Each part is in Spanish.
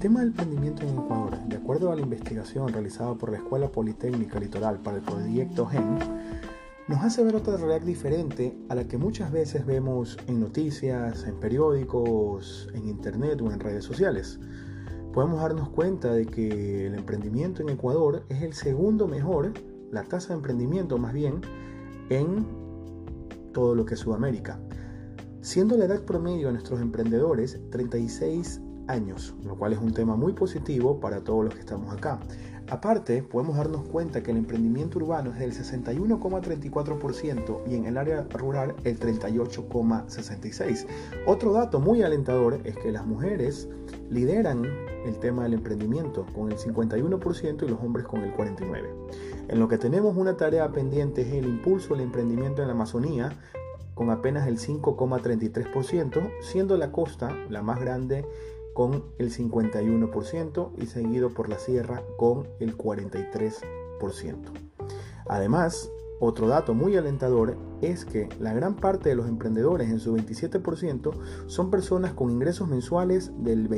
tema del emprendimiento en Ecuador, de acuerdo a la investigación realizada por la Escuela Politécnica Litoral para el proyecto GEN, nos hace ver otra realidad diferente a la que muchas veces vemos en noticias, en periódicos, en internet o en redes sociales. Podemos darnos cuenta de que el emprendimiento en Ecuador es el segundo mejor, la tasa de emprendimiento más bien, en todo lo que es Sudamérica, siendo la edad promedio de nuestros emprendedores 36 años, lo cual es un tema muy positivo para todos los que estamos acá. Aparte, podemos darnos cuenta que el emprendimiento urbano es del 61,34% y en el área rural el 38,66%. Otro dato muy alentador es que las mujeres lideran el tema del emprendimiento con el 51% y los hombres con el 49%. En lo que tenemos una tarea pendiente es el impulso del emprendimiento en la Amazonía, con apenas el 5,33%, siendo la costa la más grande con el 51% y seguido por la sierra con el 43%. Además, otro dato muy alentador es que la gran parte de los emprendedores, en su 27%, son personas con ingresos mensuales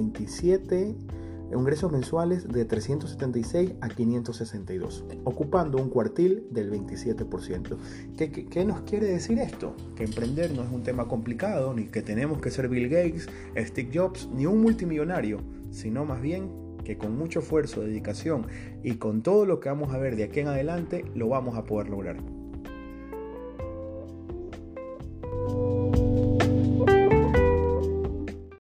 de 376 a 562, ocupando un cuartil del 27%. ¿Qué nos quiere decir esto? Que emprender no es un tema complicado, ni que tenemos que ser Bill Gates, Steve Jobs, ni un multimillonario, sino más bien que con mucho esfuerzo, dedicación y con todo lo que vamos a ver de aquí en adelante, lo vamos a poder lograr.